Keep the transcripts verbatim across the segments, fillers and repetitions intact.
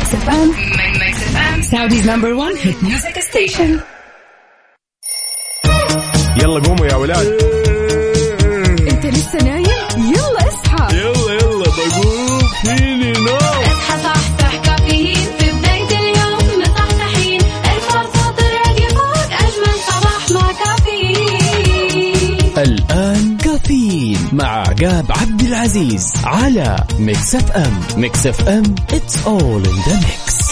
Mix إف إم. Mix إف إم. Saudi's number one hit music station. يلا قوموا يا ولاد. انت لسه نايم؟ يلا اصحى. يلا يلا بقوم فيني نوم. اصحى صحصح كافيين في بداية اليوم مصحصحين. الفرصة تراقي فوق أجمل صباح مع كافيين. الآن كافيين مع عقاب عبد العزيز على ميكس إف إم. ميكس إف إم It's all in the mix.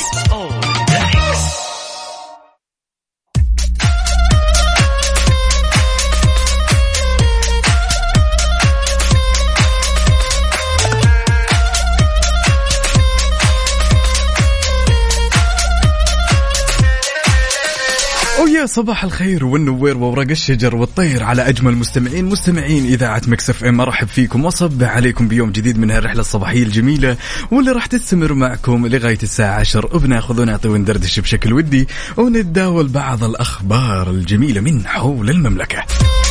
ويا صباح الخير والنوير وورق الشجر والطير على أجمل مستمعين مستمعين إذاعة ميكس إف إم. أرحب فيكم وصبح عليكم بيوم جديد من هالرحلة الصباحية الجميلة واللي راح تستمر معكم لغاية الساعة عشر. وبناخذ ونعطي وندردش بشكل ودي ونتداول بعض الأخبار الجميلة من حول المملكة.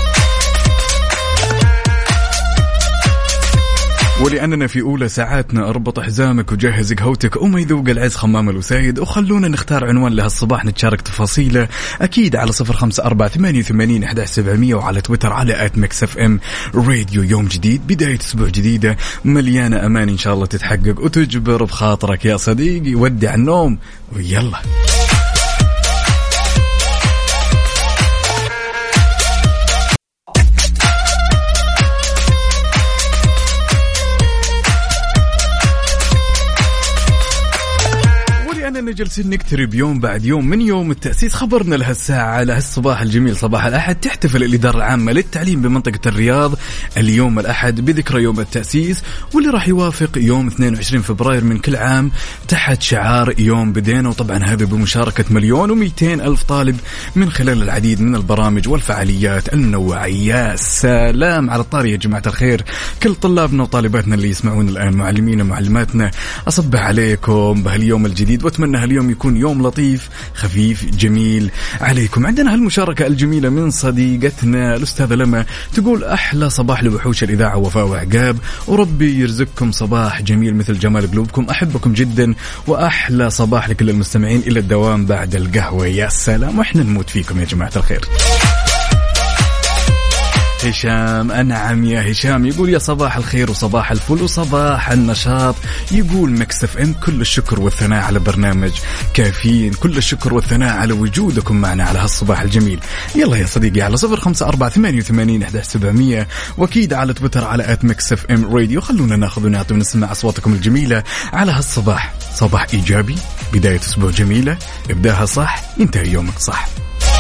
ولأننا في أولى ساعاتنا أربط حزامك وجهز قهوتك وما يذوق العز خمام الوسايد وخلونا نختار عنوان لهالصباح نتشارك تفاصيله أكيد على صفر خمسة أربعة ثمانية وثمانين أحد عشر سبعمية وعلى تويتر على آت ميكس إف إم راديو. يوم جديد بداية أسبوع جديدة مليانة أمان إن شاء الله تتحقق وتجبر بخاطرك يا صديقي. ودع النوم ويلا. أننا جالسين نكترب يوم بعد يوم من يوم التأسيس. خبرنا لهالساعة لهالصباح الجميل صباح الأحد تحتفل الإدارة العامة للتعليم بمنطقة الرياض اليوم الأحد بذكرى يوم التأسيس واللي راح يوافق يوم اثنين وعشرين فبراير من كل عام تحت شعار يوم بدينا. وطبعا هذا بمشاركة مليون ومئتين ألف طالب من خلال العديد من البرامج والفعاليات المنوعة. يا سلام على الطاري يا جماعة الخير. كل طلابنا وطالباتنا اللي يسمعون الآن معلمين ومعلماتنا أصبح عليكم بهاليوم الجديد وأتمنى هاليوم يكون يوم لطيف خفيف جميل عليكم. عندنا هالمشاركة الجميلة من صديقتنا الأستاذة لما تقول أحلى صباح لوحوش الإذاعة وفاء وعقاب وربي يرزقكم صباح جميل مثل جمال قلوبكم. أحبكم جدا وأحلى صباح لكل المستمعين إلى الدوام بعد القهوة. يا سلام وإحنا نموت فيكم يا جماعة الخير. هشام أنعم يا هشام يقول يا صباح الخير وصباح الفل وصباح النشاط. يقول ميكس إف إم كل الشكر والثناء على برنامج كافيين. كل الشكر والثناء على وجودكم معنا على هالصباح الجميل. يلا يا صديقي على صفر خمسة أربعة ثمانية وثمانين أحد عشر سبعمية وأكيد على تويتر على آت ميكس إف إم راديو. خلونا ناخذ ونعطي ونسمع أصواتكم الجميلة على هالصباح. صباح إيجابي بداية أسبوع جميلة ابداها صح ينتهي يومك صح.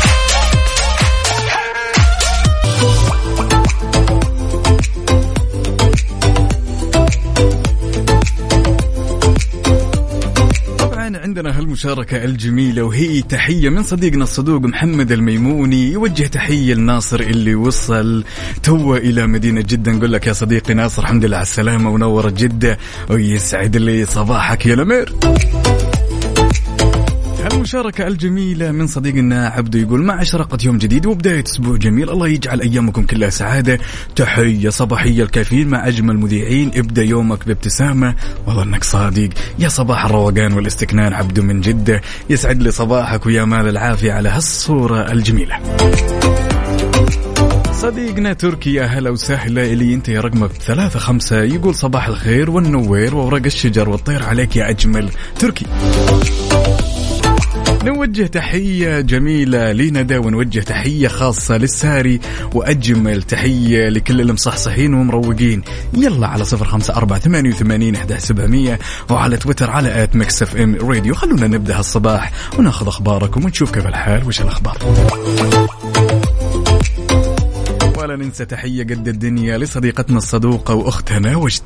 عندنا هالمشاركة الجميلة وهي تحية من صديقنا الصدوق محمد الميموني. يوجه تحية لناصر اللي وصل توا إلى مدينة جدة. نقول لك يا صديقي ناصر الحمد لله على السلامة ونورت جدة ويسعد لي صباحك يا لمير. هالمشاركة الجميلة من صديقنا عبدو يقول مع أشرقة يوم جديد وبداية أسبوع جميل الله يجعل أيامكم كلها سعادة. تحية صباحية الكافيين مع أجمل مذيعين. ابدأ يومك بابتسامة والله أنك صادق. يا صباح الروقان والاستكنان عبدو من جدة. يسعد لي صباحك ويا مال العافية على هالصورة الجميلة. صديقنا تركي يا هلا وسهلا اللي انت يا رقمك ثلاثة خمسة يقول صباح الخير والنوير وورق الشجر والطير عليك يا أجمل تركي. نوجه تحية جميلة لندى ونوجه تحية خاصة للساري وأجمل تحية لكل المصحصحين ومروقين. يلا على صفر خمسة أربعة ثمانية وثمانين أحد عشر سبعمية وعلى تويتر على آت ميكس إف إم راديو. خلونا نبدأ هالصباح وناخذ أخباركم ونشوف كيف الحال وش الأخبار. ولا ننسى تحية قد الدنيا لصديقتنا الصدوقة وأختنا وجد.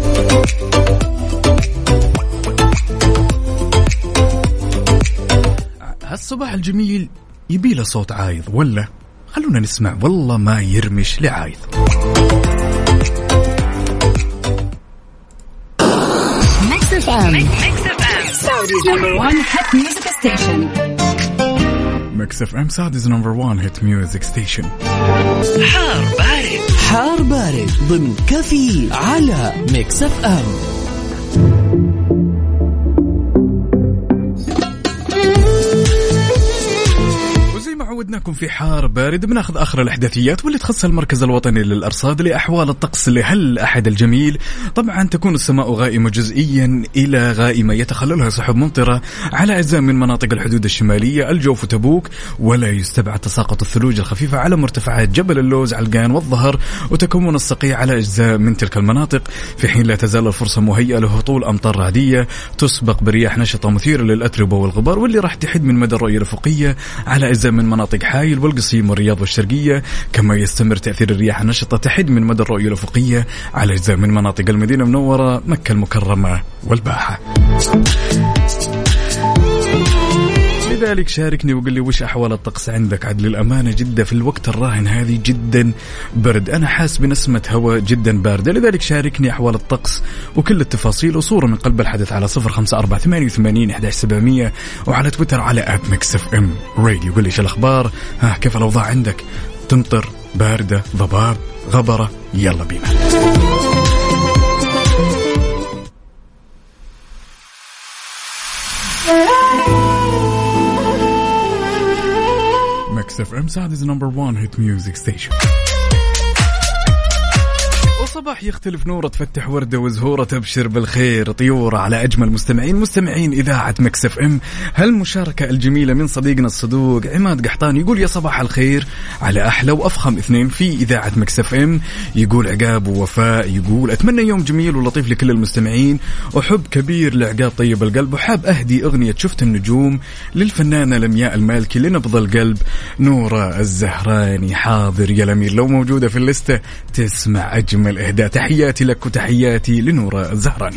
هالصباح الجميل يبي له صوت عايض ولا خلونا نسمع والله ما يرمش لعايض. ميكس إف إم Saudi's number one hit music station. ميكس إف إم Saudi's number one hit music station. حار بارد حار بارد ضمن كافيين على ميكس إف إم. عودناكم في حار بارد بناخذ آخر الأحداثيات واللي تخص المركز الوطني للأرصاد لأحوال الطقس لهل الأحد الجميل. طبعا تكون السماء غائمة جزئيا إلى غائمة يتخللها سحب ممطرة على أجزاء من مناطق الحدود الشمالية الجوف وتبوك، ولا يستبعد تساقط الثلوج الخفيفة على مرتفعات جبل اللوز علقان والظهر وتكون الصقيع على أجزاء من تلك المناطق، في حين لا تزال الفرصة مهيئة لهطول أمطار رعدية تسبق برياح نشطة مثيرة للأتربة والغبار، واللي راح تحد من مدى الرؤية الأفقية على أجزاء من مناطق حايل والقصيم والرياض والشرقية. كما يستمر تأثير الرياح النشطة تحد من مدى الرؤية الأفقية على أجزاء من مناطق المدينة المنورة مكة المكرمة والباحة. لذلك شاركني وقل لي وش أحوال الطقس عندك. عدل الأمانة جدة في الوقت الراهن هذه جدا برد، أنا حاس بنسمة هواء جدا باردة، لذلك شاركني أحوال الطقس وكل التفاصيل وصورة من قلب الحدث على صفر خمسة أربعة ثمانية وثمانين أحد عشر سبعمية وعلى تويتر على آت ميكس اف ام راديو. قل لي شو الأخبار، ها كيف الأوضاع عندك، تمطر، باردة، ضباب، غبرة؟ يلا بينا. Mix اف ام Saudi's number one hit music station. وصباح يختلف نوره، تفتح وردة وزهورة، تبشر بالخير طيورة على أجمل مستمعين مستمعين إذاعة ميكس اف ام. هالمشاركة الجميلة من صديقنا الصدوق عماد قحطان يقول يا صباح الخير على أحلى وأفخم اثنين في إذاعة ميكس اف ام. يقول عقاب ووفاء يقول أتمنى يوم جميل ولطيف لكل المستمعين، وحب كبير لعقاب طيب القلب، وحاب أهدي أغنية شفت النجوم للفنانة لمياء المالكي لنبض القلب نورة الزهراني. حاضر يا لمير، لو موجودة في الليستة تسمع أجمل إهداء. تحياتي لك وتحياتي لنورة الزهراني.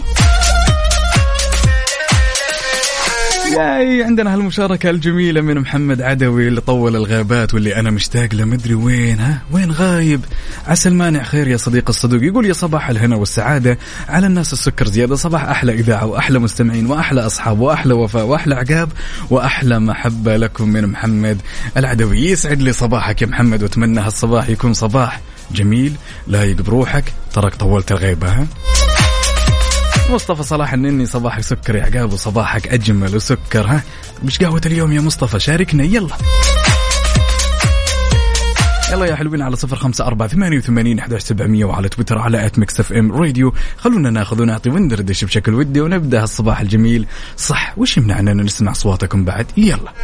ياي عندنا هالمشاركة الجميلة من محمد عدوي اللي طول الغابات واللي أنا مشتاق له مدري وين، ها وين غايب. عسى المانع خير يا صديق الصدوق. يقول يا صباح الهنا والسعادة على الناس السكر زيادة، صباح أحلى إذاعة وأحلى مستمعين وأحلى أصحاب وأحلى وفاء وأحلى عقاب وأحلى محبة لكم من محمد العدوي. يسعد لي صباحك يا محمد، وأتمنى هالصباح يكون صباح جميل لايق بروحك، ترك طولت الغيبة. ها مصطفى صلاح النني صباحك سكر يا عقاب وصباحك أجمل وسكر. ها مش قهوة اليوم يا مصطفى، شاركنا يلا يلا يا حلوين على صفر خمسة أربعة ثمانية وثمانين أحد عشر سبعمية وعلى تويتر على آت ميكس اف ام راديو. خلونا ناخذ ونعطي وندردش بشكل ودي ونبدأ الصباح الجميل صح. وش يمنعنا نسمع أصواتكم بعد؟ يلا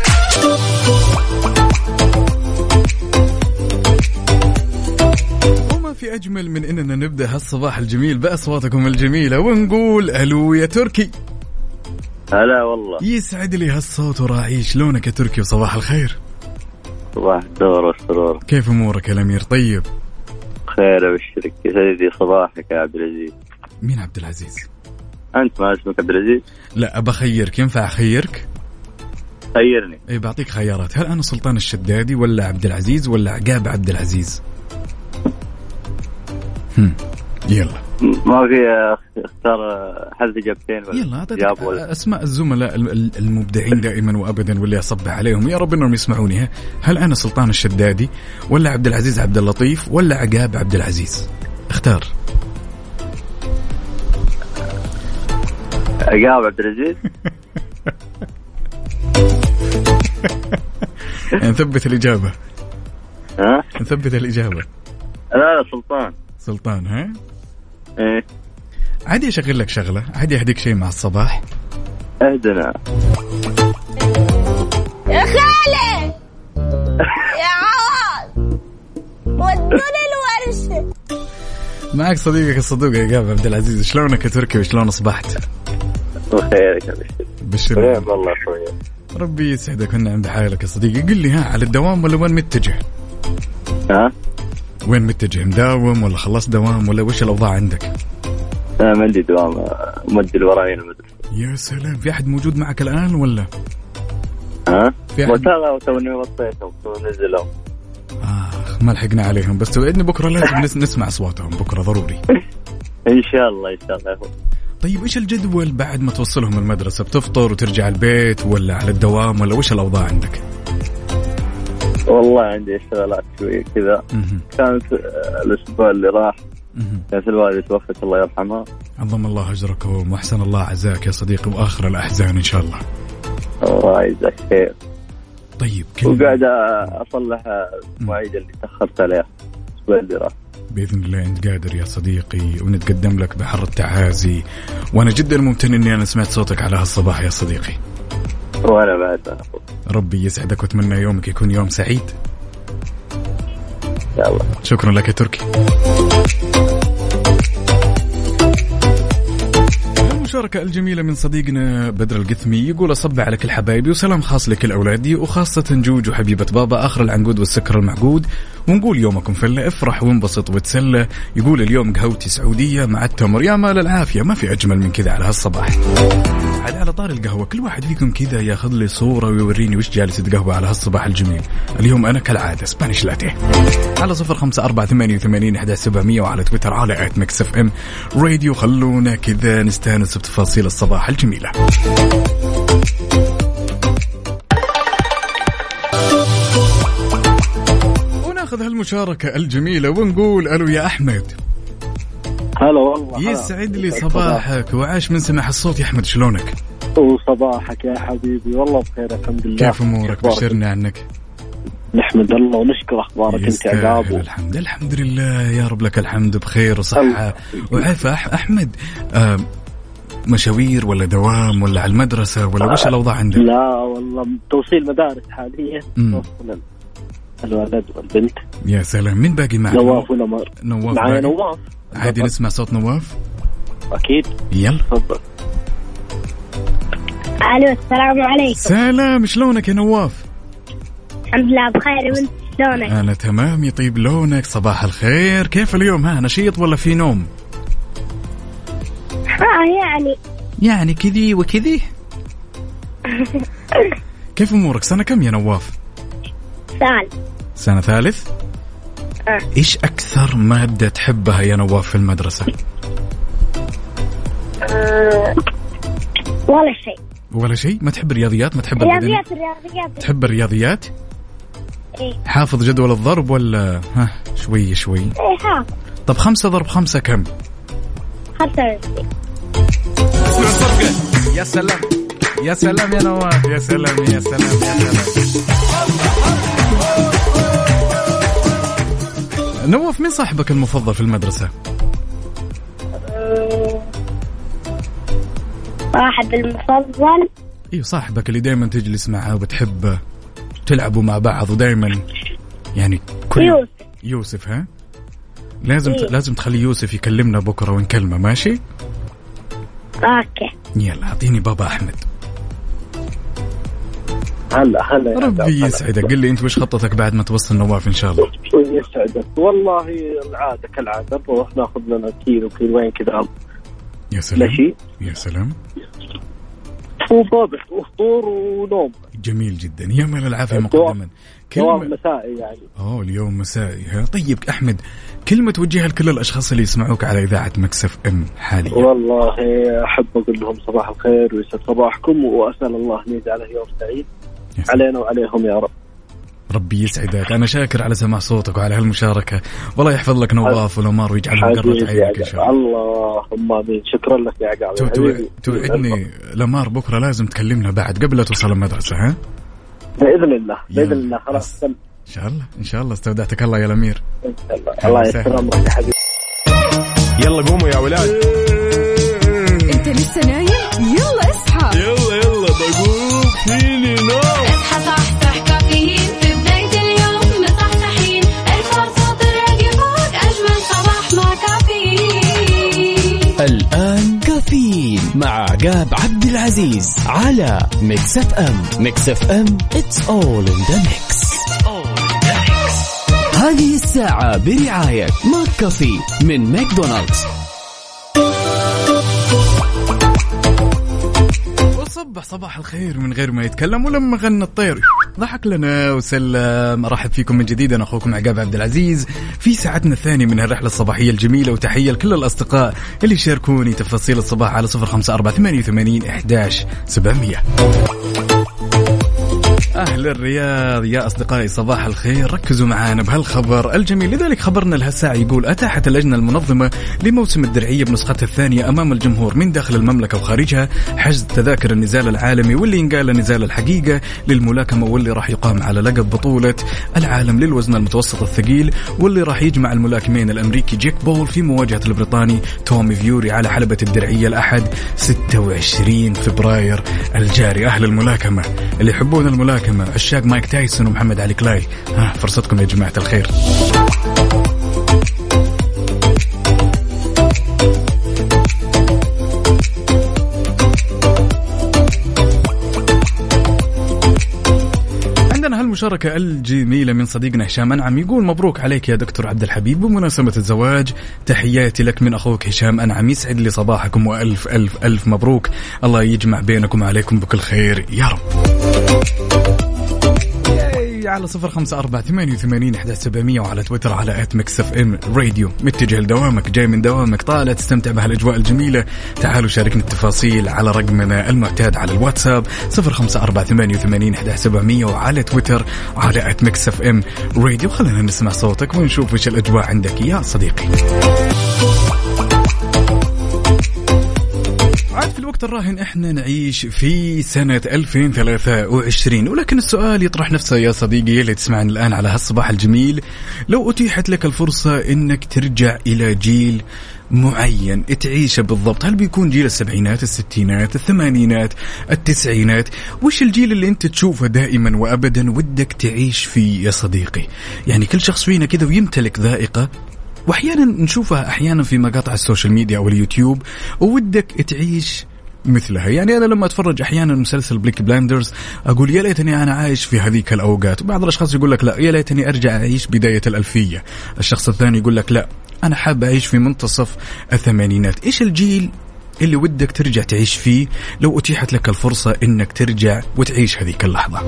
في أجمل من إننا نبدأ هالصباح الجميل بأصواتكم الجميلة ونقول ألو يا تركي. هلا والله، يسعد لي هالصوت وراعي. شلونك يا تركي وصباح الخير؟ صباح الدور والسرور. كيف أمورك يا الأمير؟ طيب خير أبشرك يا سيدي. صباحك يا عبد العزيز. مين عبد العزيز؟ أنت ما اسمك عبد العزيز؟ لا أبى أخيرك، ينفع أخيرك؟ خيرني. إيه بعطيك خيارات، هل أنا سلطان الشدادي ولا عبد العزيز ولا عقاب عبد العزيز؟ هم. يلا ما في اختار حد إجابتين ولا يلا جاب ولا أسماء الزملاء المبدعين دائما وأبدا واللي أصبح عليهم يا رب إنهم يسمعوني. هل أنا سلطان الشدادي ولا عبد العزيز عبد اللطيف ولا عقاب عبد العزيز؟ اختار. عقاب عبد العزيز. نثبت الإجابة. ها نثبت الإجابة. لا لا سلطان. سلطان. ها ايه عادي أشغل لك شغلة، عادي أهديك شيء مع الصباح. اهدنا يا خالي يا عوض ودوني الورشة. معك صديقك الصدوق يا عقاب عبد العزيز. شلونك يا تركي وشلون أصبحت؟ بخيرك يا بشر. بشر والله خويا. ربي يسعدك ونعم بحالك يا صديقي. قل لي ها على الدوام ولا وين متجه؟ ها وين متجه؟ مداوم ولا خلصت دوام ولا وش الأوضاع عندك؟ أنا ما عندي دوام، مدي الوراين المدرسة. يا سلام، في أحد موجود معك الآن ولا؟ ها؟ في أحد؟ وتلا وتوني وصيتهم ونزلوا. آخ ما لحقنا عليهم، بس توعدني بكرة لازم نسمع أصواتهم بكرة ضروري. إن شاء الله إن شاء الله. طيب إيش الجدول بعد ما توصلهم المدرسة؟ بتفطر وترجع البيت ولا على الدوام ولا وش الأوضاع عندك؟ والله عندي اشتغالات شوية كذا. كانت الأسبوع اللي راح كانت الوالدة توفت الله يرحمها. عظم الله أجركم وأحسن الله عزاك يا صديقي، وآخر الأحزان إن شاء الله. الله يجزاك خير. طيب كلمة. وقاعد أصلح المواعيد اللي تأخرت عليها الأسبوع. بإذن الله أنت قادر يا صديقي، ونتقدم لك بحر التعازي، وأنا جدا ممتن أني أنا سمعت صوتك على هالصباح يا صديقي. وأنا بعد ربي يسعدك وأتمنى يومك يكون يوم سعيد. يا الله. شكرا لك يا تركي. المشاركة الجميلة من صديقنا بدر القثمي، يقول أصبح على كل حبايبي وسلام خاص لكل أولادي وخاصة جوج وحبيبة بابا آخر العنقود والسكر المعقود، ونقول يومكم فلة، افرح وانبسط وتسلى. يقول اليوم قهوتي سعودية مع التمر، يا مال العافية، ما في أجمل من كذا على هالصباح. على على طار القهوة، كل واحد فيكم كذا ياخذ لي صورة ويوريني وش جالس يتقهوى على هالصباح الجميل. اليوم أنا كالعادة سبانيش لاتيه على صفر خمسة أربعة ثمانية وثمانين أحد سبعمية، وعلى تويتر على آت ميكس اف ام راديو. خلونا كذا نستانس بتفاصيل الصباح الجميلة. وناخذ هالمشاركة الجميلة ونقول ألو يا أحمد. هلا والله. يسعد لي صباحك وعاش من سمع الصوت يا أحمد، شلونك؟ وصباحك يا حبيبي، والله بخير الحمد لله. كيف أمورك؟ بشرنا عنك. نحمد الله ونشكر أخبارك أنت يا عقاب. الحمد الحمد لله يا رب، لك الحمد بخير وصحة وعافية. أحمد آه مشاوير ولا دوام ولا على المدرسة ولا وش الأوضاع عندك؟ لا والله توصيل مدارس حاليا، توصل الولد والبنت. يا سلام، من باقي معك؟ نواف ونمر. نواف معايا نواف. عادي نسمع صوت نواف؟ أكيد. يلا تفضل. الو السلام عليكم. سلام، شلونك يا نواف؟ الحمد لله بخير، وانت شلونك؟ انا تمام، يطيب لونك، صباح الخير. كيف اليوم؟ ها نشيط ولا في نوم؟ اه يعني يعني كذي وكذي. كيف امورك؟ سنة كم يا نواف؟ سال سنة ثالث. أه. ايش اكثر مادة تحبها يا نواف في المدرسة؟ أه. ولا شيء. ولا شيء؟ ما تحب الرياضيات؟ ما تحب الرياضيات؟ الرياضيات تحب الرياضيات؟ ايه. حافظ جدول الضرب ولا ها شوي شوي؟ ايه حافظ. طب خمسة ضرب خمسة كم؟ خمسة وعشرين. يا سلام يا سلام يا نواف، يا سلام يا سلام يا سلام. نواف، مين صاحبك المفضل في المدرسة؟ صاحب المفضل؟ ايوه صاحبك اللي دايما تجلس معه وبتحبه تلعبوا مع بعض ودايما يعني كل يوسف. يوسف ها؟ لازم إيه؟ لازم تخلي يوسف يكلمنا بكرة ونكلمه، ماشي؟ اوكي. يلا اعطيني بابا أحمد. هلا هلا. ربي يسعدك، قل لي انت وش خطتك بعد ما توصل نواف ان شاء الله؟ يسعدك والله، العادة كالعادة نروح ناخذ لنا كيلو كيلوين كذا. يا سلام. ماشي. يا سلام. وطابخ وفطور ونوم. جميل جدا، يا مال العافية مقدما. كلمة مسائي يعني. اوه اليوم مسائي ها. طيب أحمد، كلمة توجهها لكل الأشخاص اللي يسمعوك على إذاعة ميكس اف ام حاليا. والله أحب أقول لهم صباح الخير ويسعد صباحكم، وأسأل الله أن يجعله يوم سعيد علينا وعليهم يا رب. ربي يسعدك، أنا شاكر على سماع صوتك وعلى هالمشاركة، والله يحفظ لك نواف ولمار ويجعلهم قرة عينك إن شاء الله. اللهم آمين. شكرا لك يا عقاب. توعدني لمار بكرة لازم تكلمنا بعد قبل لا توصل المدرسة ها؟ بإذن الله بإذن الله. خلاص إن شاء الله إن شاء الله. استودعتك الله يا الأمير. الله يسلمك يا حبيبي. يلا قوموا يا ولاد. انت لسه نايم؟ يلا اصحى. يلا يلا بقوم فيني نوم. اصحى صحصح كافيين في بداية اليوم مصحصحين، الفرصة تراقي فوق أجمل صباح مع كافيين. الآن كافيين مع عقاب عبد العزيز على ميكس اف ام. ميكس اف ام it's all in the mix. هذه الساعة برعاية ماك كافي من ماكدونالدز. وصبح صباح الخير من غير ما يتكلم، ولما غنى الطير ضحك لنا وسلم. ارحب فيكم من جديد، انا اخوكم عقاب عبد العزيز في ساعتنا الثانية من الرحلة الصباحية الجميلة، وتحية لكل الاصدقاء اللي شاركوني تفاصيل الصباح على صفر خمسة أربعة ثمانية ثمانين أحداش سبعمية. أهل الرياض يا أصدقائي صباح الخير، ركزوا معانا بهالخبر الجميل. لذلك خبرنا لهالساعة يقول أتاحت اللجنة المنظمة لموسم الدرعية بنسختها الثانية أمام الجمهور من داخل المملكة وخارجها حجز تذاكر النزال العالمي واللي ينقال نزال الحقيقة للملاكمة، واللي راح يقام على لقب بطولة العالم للوزن المتوسط الثقيل، واللي راح يجمع الملاكمين الأمريكي جيك بول في مواجهة البريطاني تومي فيوري على حلبة الدرعية الأحد ستة وعشرين فبراير الجاري. أهل الملاكمة اللي يحبون الملاكمة عشاق مايك تايسون ومحمد علي كلاي، ها فرصتكم يا جماعة الخير. عندنا هالمشاركة الجميلة من صديقنا هشام أنعم، يقول مبروك عليك يا دكتور عبد الحبيب بمناسبة الزواج، تحياتي لك من أخوك هشام أنعم، يسعد لي صباحكم وألف ألف ألف مبروك، الله يجمع بينكم وعليكم بكل خير يا رب. على صفر خمسة أربعة ثمانية وثمانين أحد سبعمية وعلى تويتر على آت ميكس اف ام راديو. متجه لدوامك، جاي من دوامك، طالع تستمتع بهالأجواء الجميلة، تعالوا شاركنا التفاصيل على رقمنا المعتاد على الواتساب صفر خمسة أربعة ثمانية وثمانين أحد سبعمية وعلى تويتر على آت ميكس اف ام راديو. خلينا نسمع صوتك ونشوف إيش الأجواء عندك يا صديقي. في الوقت الراهن احنا نعيش في سنة ألفين وثلاثة وعشرين، ولكن السؤال يطرح نفسه يا صديقي اللي تسمعني الآن على هالصباح الجميل، لو أتيحت لك الفرصة انك ترجع الى جيل معين تعيشه بالضبط، هل بيكون جيل السبعينات، الستينات، الثمانينات، التسعينات؟ وش الجيل اللي انت تشوفه دائما وابدا ودك تعيش فيه يا صديقي؟ يعني كل شخص فينا كده ويمتلك ذائقة، واحيانا نشوفها احيانا في مقاطع السوشيال ميديا او اليوتيوب وودك تعيش مثلها. يعني انا لما اتفرج احيانا مسلسل بليك بلاندرز اقول يا ليتني انا عايش في هذيك الاوقات، وبعض الاشخاص يقول لك لا يا ليتني ارجع اعيش بداية الالفية، الشخص الثاني يقول لك لا انا حاب اعيش في منتصف الثمانينات. ايش الجيل اللي ودك ترجع تعيش فيه لو اتيحت لك الفرصة انك ترجع وتعيش هذيك اللحظة؟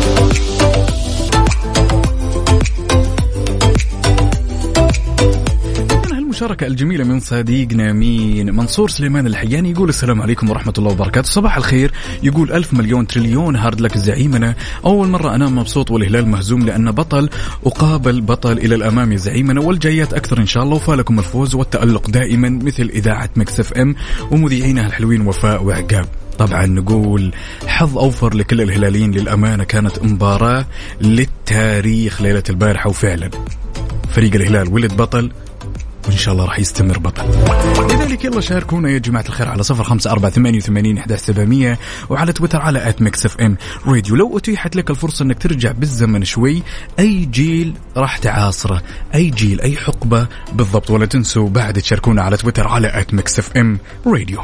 المشاركة الجميلة من صديقنا مين منصور سليمان الحياني، يقول السلام عليكم ورحمة الله وبركاته، صباح الخير. يقول ألف مليون تريليون هارد لك زعيمنا، أول مرة أنام مبسوط والهلال مهزوم لأن بطل أقابل بطل إلى الأمام يا زعيمنا، والجايات أكثر إن شاء الله، وفالكم الفوز والتألق دائما مثل إذاعة ميكس اف ام ومذيعينها الحلوين وفاء وعقاب. طبعا نقول حظ أوفر لكل الهلاليين، للأمانة كانت مباراة للتاريخ ليلة البارحة، وفعلا فريق الهلال ولد بطل وإن شاء الله راح يستمر بطل. لذلك يلا شاركونا يا جماعة الخير على صفر خمسة أربعة ثمانية وثمانين أحد سبعمية وعلى تويتر على آت ميكس اف ام راديو. لو أتيحت لك الفرصة أنك ترجع بالزمن شوي، أي جيل راح تعاصره؟ أي جيل، أي حقبة بالضبط؟ ولا تنسوا بعد تشاركونا على تويتر على آت ميكس اف ام راديو.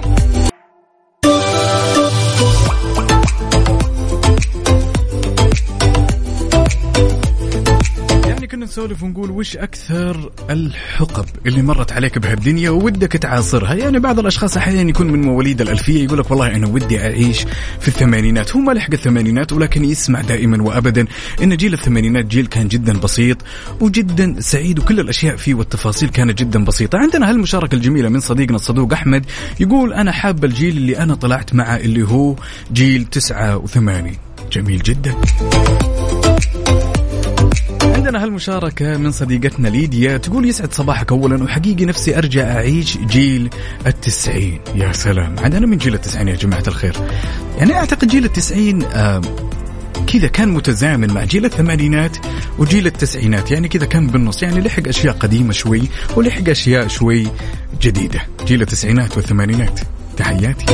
كنا نسولف ونقول وش أكثر الحقب اللي مرت عليك بهالدنيا وودك تعاصرها؟ يعني بعض الأشخاص أحيانا يكون من مواليد الألفية يقولك والله أنا ودي أعيش في الثمانينات، هو ما لحق الثمانينات ولكن يسمع دائما وأبدا إن جيل الثمانينات جيل كان جدا بسيط وجدا سعيد وكل الأشياء فيه والتفاصيل كانت جدا بسيطة. عندنا هالمشاركة الجميلة من صديقنا الصدوق أحمد، يقول أنا حاب الجيل اللي أنا طلعت معه اللي هو جيل تسعة وثمانين. جميل جدا. عندنا هالمشاركة من صديقتنا ليديا، تقول يسعد صباحك أولا، وحقيقي نفسي أرجع أعيش جيل التسعين. يا سلام، عندنا من جيل التسعين يا جماعة الخير. يعني أعتقد جيل التسعين آه كذا كان متزامن مع جيل الثمانينات وجيل التسعينات، يعني كذا كان بالنص، يعني لحق أشياء قديمة شوي ولحق أشياء شوي جديدة. جيل التسعينات والثمانينات، تحياتي.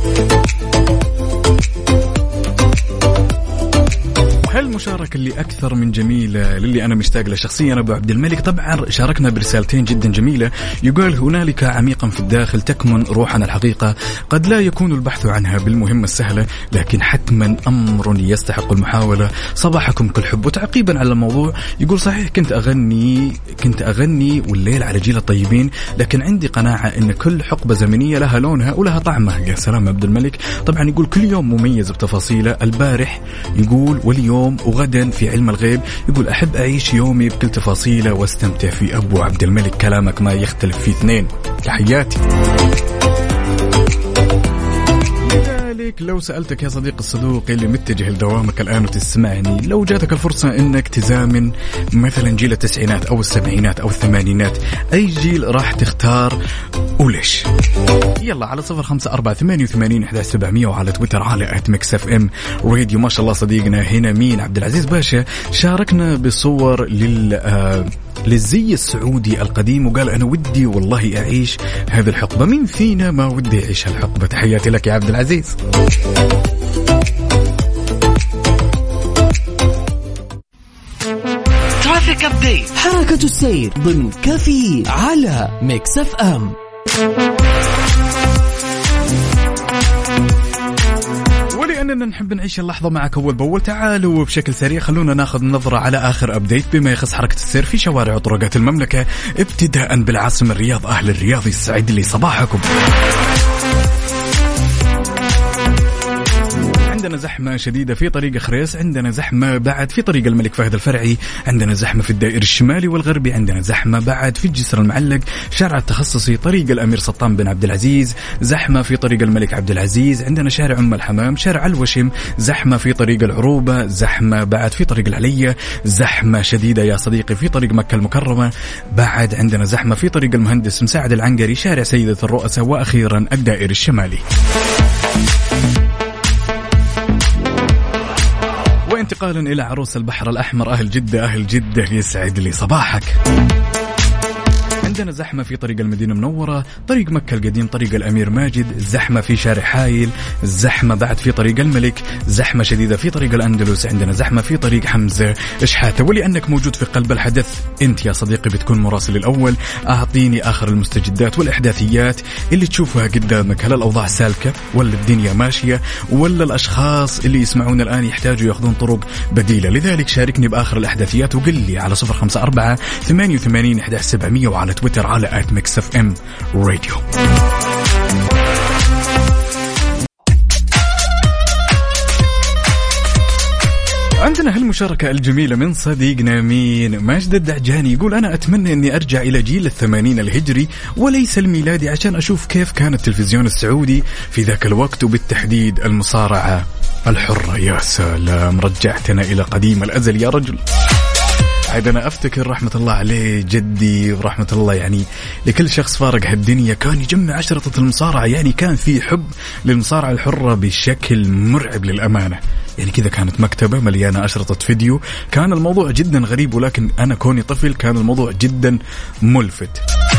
هالمشاركة اللي أكثر من جميلة للي أنا مشتاق له شخصيا أبو عبد الملك. طبعا شاركنا برسالتين جدا جميلة، يقول هنالك عميقا في الداخل تكمن روحنا الحقيقة، قد لا يكون البحث عنها بالمهمة السهلة لكن حتما أمر يستحق المحاولة. صباحكم كل حب. وتعقيبا على الموضوع يقول صحيح كنت أغني كنت أغني والليل على جيل الطيبين، لكن عندي قناعة أن كل حقبة زمنية لها لونها ولها طعمها. يا سلام عبد الملك. طبعا يقول كل يوم مميز بتفاصيله، البارح يقول واليوم وغدا في علم الغيب، يقول أحب أعيش يومي بكل تفاصيله واستمتع في. أبو عبد الملك كلامك ما يختلف فيه اثنين، تحياتي. عليك لو سألتك يا صديق الصدوق اللي متجه لدوامك الآن وتسمعني، لو جاتك الفرصة انك تزامن مثلا جيل التسعينات او السبعينات او الثمانينات، اي جيل راح تختار وليش؟ يلا على صفر خمسة أربعة ثمانية وثمانين أحد عشر سبعمية وعلى تويتر على آت ميكس اف ام راديو. ما شاء الله صديقنا هنا مين عبد العزيز باشا شاركنا بصور لل آه للزي السعودي القديم وقال أنا ودي والله أعيش هذه الحقبة. مين فينا ما ودي يعيش هالحقبة؟ تحياتي لك يا عبد العزيز. ترافيك أبديت، حركة السير ضمن كافيين على ميكس اف ام. ولأننا نحب نعيش اللحظة معك أول بأول، تعالوا بشكل سريع خلونا ناخذ نظرة على آخر أبديت بما يخص حركة السير في شوارع وطرقات المملكة، ابتداء بالعاصمة الرياض. أهل الرياض يسعد لي صباحكم. عندنا زحمة شديدة في طريق خريس، عندنا زحمة بعد في طريق الملك فهد الفرعي، عندنا زحمة في الدائر الشمالي والغربي، عندنا زحمة بعد في الجسر المعلق، شارع التخصصي، طريق الأمير سلطان بن عبد العزيز، زحمة في طريق الملك عبد العزيز، عندنا شارع أم الحمام، شارع الوشم، زحمة في طريق العروبة، زحمة بعد في طريق العلية، زحمة شديدة يا صديقي في طريق مكة المكرمة، بعد عندنا زحمة في طريق المهندس مساعد العنقري، شارع سيدة الرؤساء، وأخيرا الدائر الشمالي. وانتقالا إلى عروس البحر الأحمر، أهل جدة أهل جدة يسعد لي صباحك. عندنا زحمة في طريق المدينة المنورة، طريق مكة القديم، طريق الأمير ماجد، زحمة في شارع حايل، زحمة بعد في طريق الملك، زحمة شديدة في طريق الأندلس، عندنا زحمة في طريق حمزة إشحاتة. ولأنك موجود في قلب الحدث أنت يا صديقي بتكون مراسل الأول، أعطيني آخر المستجدات والإحداثيات اللي تشوفها قدامك. هل الأوضاع سالكة ولا الدنيا ماشية ولا الأشخاص اللي يسمعون الآن يحتاجوا يأخذون طرق بديلة؟ لذلك شاركني بآخر الإحداثيات وقل لي على صفر خمسة أربعة ثمانية وثمانين أحد عشر سبعمية وعلى تويتر على آت ميكس اف ام راديو. عندنا هالمشاركة الجميلة من صديقنا مين ماجد الدعجاني، يقول أنا أتمنى أني أرجع إلى جيل الثمانين الهجري وليس الميلادي عشان أشوف كيف كان التلفزيون السعودي في ذاك الوقت، وبالتحديد المصارعة الحرة. يا سلام، رجعتنا إلى قديم الأزل يا رجل. عاد أنا أفتكر رحمة الله عليه جدي ورحمة الله يعني لكل شخص فارق هالدنيا كان يجمع أشرطة المصارعة، يعني كان في حب للمصارعة الحرة بشكل مرعب للأمانة. يعني كذا كانت مكتبة مليانة أشرطة فيديو، كان الموضوع جدا غريب، ولكن أنا كوني طفل كان الموضوع جدا ملفت.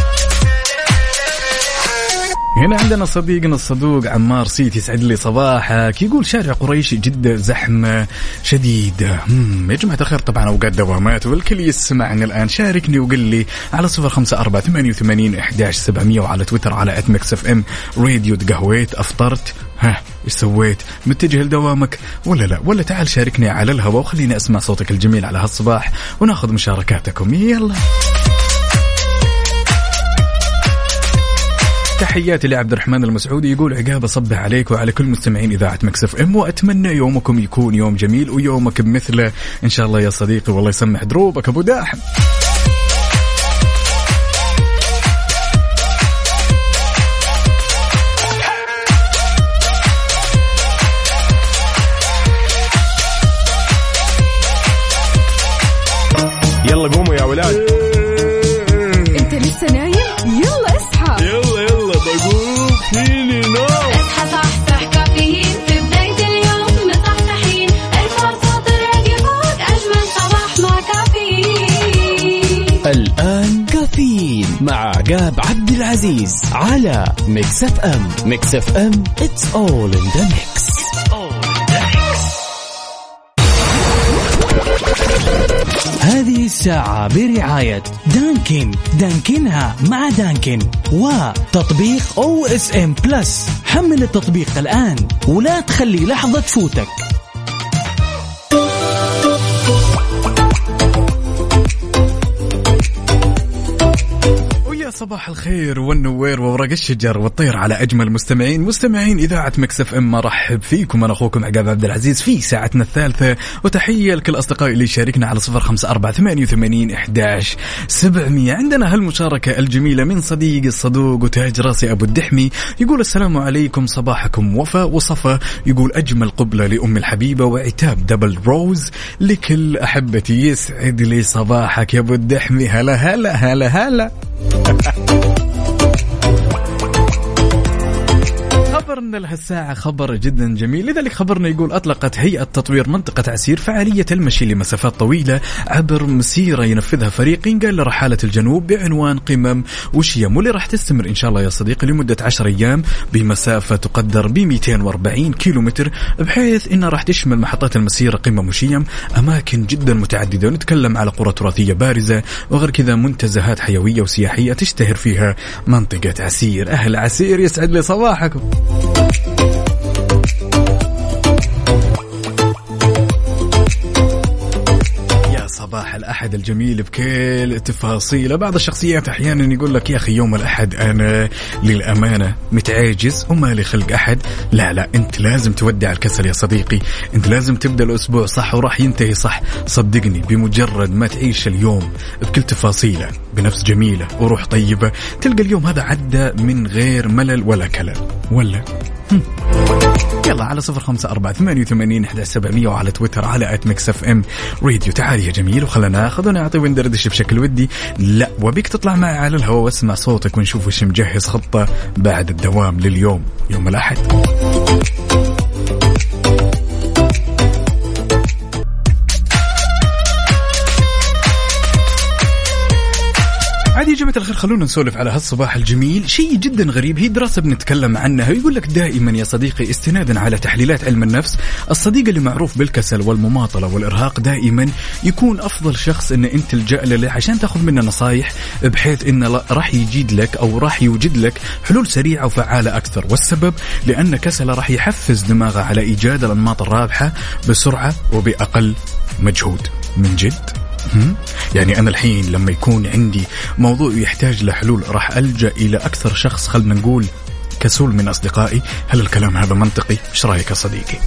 هنا عندنا صديقنا الصدوق عمار سيتي، يسعد لي صباحك، يقول شارع قريش جدة زحمة شديدة. يا جماعة الخير طبعا أوقات دوامات والكل يسمعني الآن، شاركني وقل لي على صفر خمسة أربعة ثمانية وثمانين أحد عشر سبعمية وعلى تويتر على آت ميكس اف ام راديو. تقهويت، أفطرت، ها إيش سويت؟ متجه لدوامك ولا لا؟ ولا تعال شاركني على الهواء وخليني أسمع صوتك الجميل على هالصباح وناخذ مشاركاتكم. يلا تحياتي لعبد الرحمن المسعودي، يقول عقاب صبح عليك وعلى كل مستمعين إذاعة مكس اف ام، وأتمنى يومكم يكون يوم جميل ويومك بمثله إن شاء الله يا صديقي، والله يسمح دروبك أبو داحم. يلا قوموا يا ولاد. انت لسه نايم؟ يلا اصحى. يلا يلا بقوم فيني نوم. اصحى صحصح كافيين في بداية اليوم مصحصحين، الفرصة تراقي فوق أجمل صباح مع كافيين. الآن كافيين مع عقاب عبد العزيز على ميكس اف ام. ميكس اف ام it's all in the mix. هذه الساعة برعاية دانكن، دانكنها مع دانكن، وتطبيق أو إس إم بلس. حمل التطبيق الآن ولا تخلي لحظة تفوتك. صباح الخير والنوير وورق الشجر والطير على أجمل مستمعين مستمعين إذاعة مكس اف ام. مرحب فيكم، أنا أخوكم عقاب عبد العزيز في ساعتنا الثالثة، وتحية لكل أصدقائي اللي يشاركنا على صفر خمسة أربعة ثمانية وثمانين إحداش سبعمية. عندنا هالمشاركة الجميلة من صديق الصدوق وتاج راسي أبو الدحمي، يقول السلام عليكم صباحكم وفا وصفا، يقول أجمل قبلة لأم الحبيبة وعتاب دبل روز لكل أحبتي. يسعد لي صباحك يا أبو الدحمي، هلا هلا هلا هلا. خبرنا لهالساعة خبر جدا جميل، لذلك خبرنا يقول أطلقت هيئة تطوير منطقة عسير فعالية المشي لمسافات طويلة عبر مسيرة ينفذها فريق قال لرحالة الجنوب بعنوان قمم وشيم، واللي راح تستمر إن شاء الله يا صديقي لمدة عشر أيام بمسافة تقدر ب مئتين وأربعين كيلومتر، بحيث إنها راح تشمل محطات المسيرة قمم وشيم أماكن جدا متعددة، ونتكلم على قرى تراثية بارزة وغير كذا منتزهات حيوية وسياحية تشتهر فيها منطقة عسير. أهل عسير يسعد لي صباحكم. صباح الأحد الجميل بكل تفاصيله. بعض الشخصيات أحيانا يقول لك يا أخي يوم الأحد أنا للأمانة متعاجز وما لي خلق أحد. لا لا، أنت لازم تودع الكسل يا صديقي، أنت لازم تبدأ الأسبوع صح وراح ينتهي صح. صدقني بمجرد ما تعيش اليوم بكل تفاصيله بنفس جميلة وروح طيبة، تلقى اليوم هذا عدى من غير ملل ولا كلل ولا هم. يلا على صفر خمسة أربعة ثمانية وثمانين إحدى سبعمية وعلى تويتر على آت ميكس اف ام راديو. تعال يا جميل وخلنا ناخذ ونعطي وندردش بشكل ودي. لا وبيك تطلع معي على الهواء واسمع صوتك ونشوف وش مجهز خطة بعد الدوام لليوم يوم الأحد. عادي يا جماعة الخير، خلونا نسولف على هالصباح الجميل. شيء جدا غريب، هي دراسة بنتكلم عنها، يقول لك دائما يا صديقي استنادا على تحليلات علم النفس، الصديق اللي معروف بالكسل والمماطلة والإرهاق دائما يكون أفضل شخص إن أنت تلجأ له عشان تأخذ منه نصايح، بحيث إنه راح يجيد لك أو راح يوجد لك حلول سريعة وفعالة أكثر. والسبب لأن كسله راح يحفز دماغه على إيجاد الأنماط الرابحة بسرعة وبأقل مجهود. من جد يعني أنا الحين لما يكون عندي موضوع يحتاج لحلول راح ألجأ إلى أكثر شخص خلنا نقول كسول من أصدقائي. هل الكلام هذا منطقي؟ إيش رأيك يا صديقي؟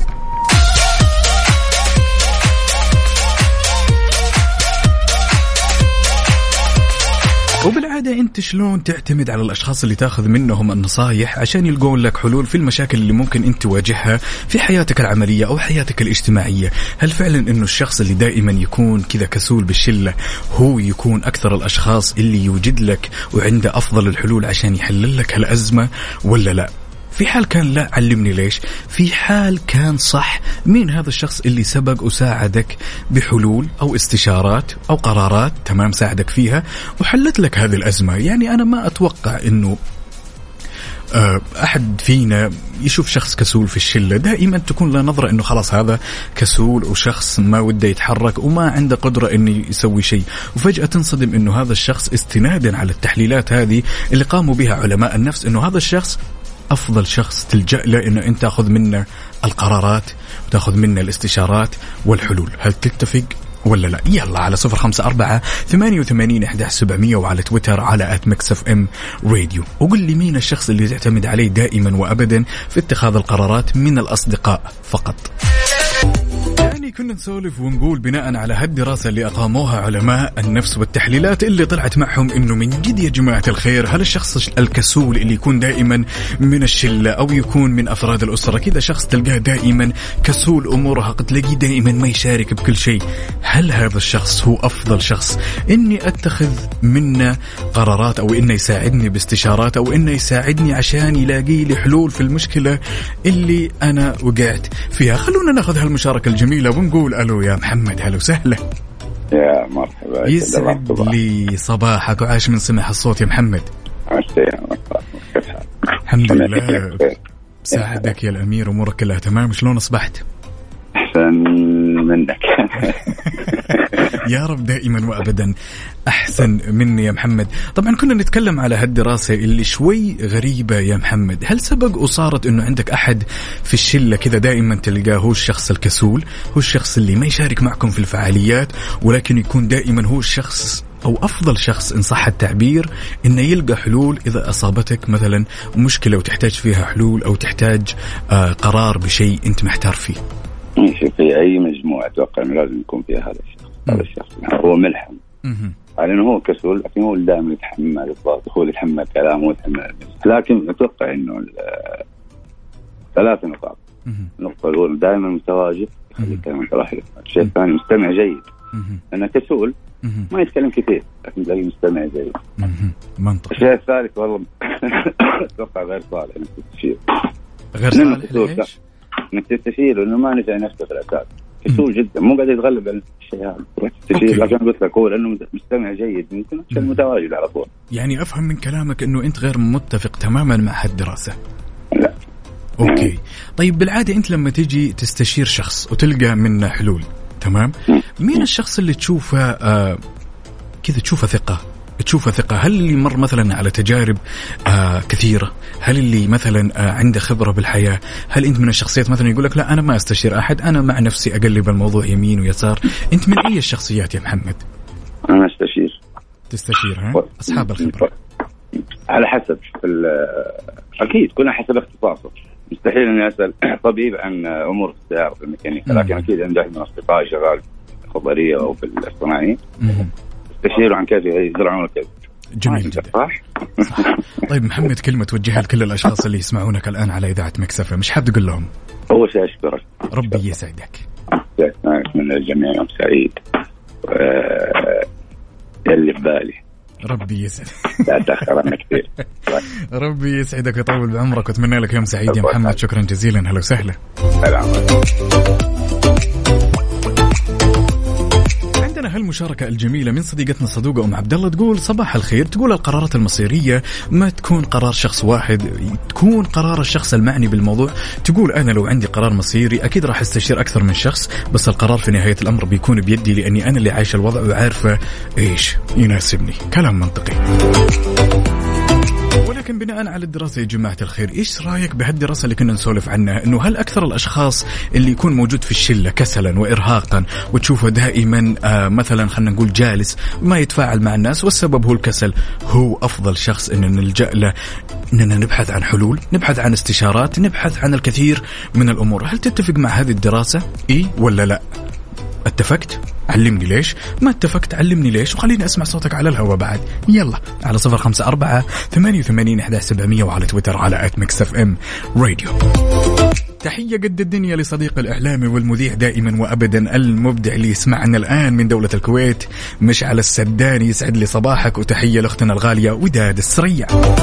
وبالعادة أنت شلون تعتمد على الأشخاص اللي تأخذ منهم النصايح عشان يلقون لك حلول في المشاكل اللي ممكن أنت تواجهها في حياتك العملية أو حياتك الاجتماعية؟ هل فعلا أنه الشخص اللي دائما يكون كذا كسول بالشلة هو يكون أكثر الأشخاص اللي يوجد لك وعنده أفضل الحلول عشان يحلل لك هالأزمة ولا لا؟ في حال كان لا علمني ليش، في حال كان صح مين هذا الشخص اللي سبق وساعدك بحلول أو استشارات أو قرارات تمام ساعدك فيها وحلت لك هذه الأزمة. يعني أنا ما أتوقع أنه أحد فينا يشوف شخص كسول في الشلة دائما تكون له نظرة أنه خلاص هذا كسول وشخص ما وده يتحرك وما عنده قدرة أنه يسوي شيء، وفجأة تنصدم أنه هذا الشخص استنادا على التحليلات هذه اللي قاموا بها علماء النفس أنه هذا الشخص أفضل شخص تلجأ له إنه أنت تأخذ منه القرارات وتأخذ منه الاستشارات والحلول. هل تتفق ولا لا؟ يلا على صفر خمسة أربعة ثمانية وثمانين إحدى سبعمية وعلى تويتر على آت ميكس اف ام راديو، وقل لي مين الشخص اللي تعتمد عليه دائما وأبدا في اتخاذ القرارات من الأصدقاء فقط. يعني كنا نسولف ونقول بناء على هالدراسة اللي أقاموها علماء النفس والتحليلات اللي طلعت معهم إنه من جد يا جماعة الخير هل الشخص الكسول اللي يكون دائما من الشلة أو يكون من أفراد الأسرة كذا شخص تلقاه دائما كسول ومرهق تلاقيه دائما ما يشارك بكل شيء، هل هذا الشخص هو أفضل شخص إني أتخذ منه قرارات أو إنه يساعدني باستشارات أو إنه يساعدني عشان يلاقي لي حلول في المشكلة اللي أنا وقعت فيها؟ خلونا ناخذ هالمشاركة الجميلة ونقول ألو يا محمد. هلا وسهلا. يا مرحبا، يسعد لي صباحك وعاش من سمع الصوت يا محمد. الحمد لله ساعدك يا الأمير، أمورك كلها تمام؟ شلون أصبحت؟ أحسن منك يا رب دائما وأبدا أحسن مني يا محمد. طبعا كنا نتكلم على هالدراسة اللي شوي غريبة يا محمد، هل سبق وصارت أنه عندك أحد في الشلة كذا دائما تلقاه هو الشخص الكسول، هو الشخص اللي ما يشارك معكم في الفعاليات ولكن يكون دائما هو الشخص أو أفضل شخص إن صح التعبير إنه يلقى حلول إذا أصابتك مثلا مشكلة وتحتاج فيها حلول، أو تحتاج آه قرار بشيء أنت محتار فيه. في أي مجموعة أتوقع إنه لازم يكون فيها هذا الشخص. هذا الشخص هو ملحم، على إنه هو كسول، لكن هو دائما يتحمل الضغط، هو يتحمل كلامه ويتحمل. لكن أتوقع إنه ثلاث نقاط. النقطة الأولى دائما متواجد، يخلي الكلام متراحل. الشيء الثاني مستمع جيد، أنه كسول ما يتكلم كثير لكن تلاقيه مستمع جيد. منطقي. الشيء الثالث والله أتوقع غير صالح إنك تستشير. غير صالح ليش؟ إنك تستشير إنه ما نفع نفسه في الأساس، كسول جدا، مو قاعد يتغلب على الشيء هذا. تستشير لكن قلت لك هو لأنه مستمع جيد ممكن عشان متواجد على طول. يعني أفهم من كلامك إنه أنت غير متفق تماما مع هالدراسة. لا. أوكي. طيب بالعادة أنت لما تيجي تستشير شخص وتلقى منه حلول، تمام، مين الشخص اللي تشوفه آه كذا تشوفه ثقة تشوفه ثقة؟ هل اللي مر مثلا على تجارب آه كثيرة؟ هل اللي مثلا آه عنده خبرة بالحياة؟ هل أنت من الشخصيات مثلا يقولك لا أنا ما أستشير أحد، أنا مع نفسي أقلب الموضوع يمين ويسار؟ أنت من أي الشخصيات يا محمد؟ أنا أستشير. تستشير ها؟ أصحاب الخبرة على حسب أكيد كلنا حسب اختصاصه. مستحيل أني أسأل طبيب عن أمور السيارة في الميكانيكا، لكن أكيد عنده من أصدقائي شغال خبرية أو في الصناعية استشيروا عن كيف يزرعون الكذب. جميل جدا. صح؟ صح. طيب محمد، كلمة توجهها لكل الأشخاص اللي يسمعونك الآن على إذاعة مكسفة، مش حاب تقول لهم؟ أول شيء أشكرك، ربي يسعدك. من الجميع يوم سعيد اللي ببالي. ربي يسعدك. لا تأخر عنك كثير. ربي يسعدك ويطول بعمرك وأتمنى لك يوم سعيد يا محمد. شكرا جزيلا. هلا وسهلا. عندنا هالمشاركة الجميلة من صديقتنا الصدوقة أم عبد الله، تقول صباح الخير. تقول القرارات المصيرية ما تكون قرار شخص واحد، تكون قرار الشخص المعني بالموضوع. تقول أنا لو عندي قرار مصيري أكيد راح استشير أكثر من شخص، بس القرار في نهاية الأمر بيكون بيدي، لأني أنا اللي عايش الوضع وعارفة إيش يناسبني. كلام منطقي. ولكن بناء على الدراسة يا جماعة الخير، إيش رأيك بهالدراسة اللي كنا نسولف عنها؟ إنه هل أكثر الأشخاص اللي يكون موجود في الشلة كسلا وإرهاقا وتشوفه دائما آه مثلا خلنا نقول جالس ما يتفاعل مع الناس والسبب هو الكسل، هو أفضل شخص إن نلجأ له إننا نبحث عن حلول، نبحث عن استشارات، نبحث عن الكثير من الأمور؟ هل تتفق مع هذه الدراسة؟ إيه ولا لا؟ اتفقت؟ علمني ليش. ما اتفقت علمني ليش، وخليني أسمع صوتك على الهواء بعد. يلا على صفر خمسة أربعة ثمانية وثمانين أحد سبعمية وعلى تويتر على آت ميكس إف إم راديو. تحية قد الدنيا لصديق الإعلامي والمذيع دائما وأبدا المبدع اللي يسمعنا الآن من دولة الكويت، مشعل السداني. يسعد لي صباحك. وتحية لأختنا الغالية وداد السريع.